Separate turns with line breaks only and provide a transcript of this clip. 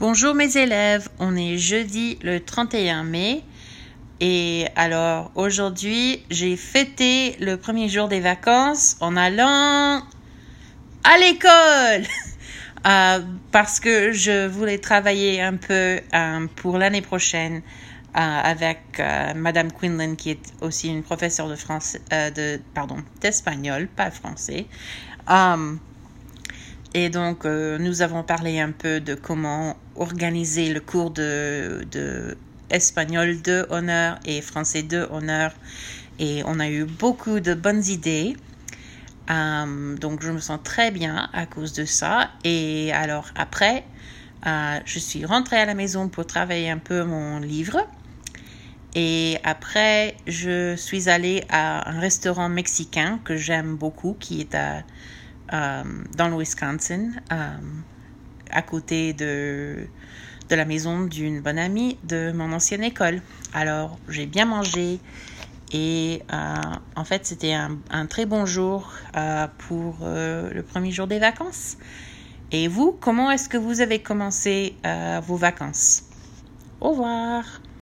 Bonjour mes élèves, on est jeudi le 31 mai et alors aujourd'hui j'ai fêté le premier jour des vacances en allant à l'école parce que je voulais travailler un peu pour l'année prochaine avec Madame Quinlan qui est aussi une professeure de français, d'espagnol, pas français. Et donc, nous avons parlé un peu de comment organiser le cours de espagnol 2 honneur et français 2 honneur. Et on a eu beaucoup de bonnes idées. Donc, je me sens très bien à cause de ça. Et alors, après, je suis rentrée à la maison pour travailler un peu mon livre. Et après, je suis allée à un restaurant mexicain que j'aime beaucoup, qui est dans le Wisconsin, à côté de la maison d'une bonne amie de mon ancienne école. Alors, j'ai bien mangé et en fait, c'était un très bon jour pour le premier jour des vacances. Et vous, comment est-ce que vous avez commencé vos vacances? Au revoir!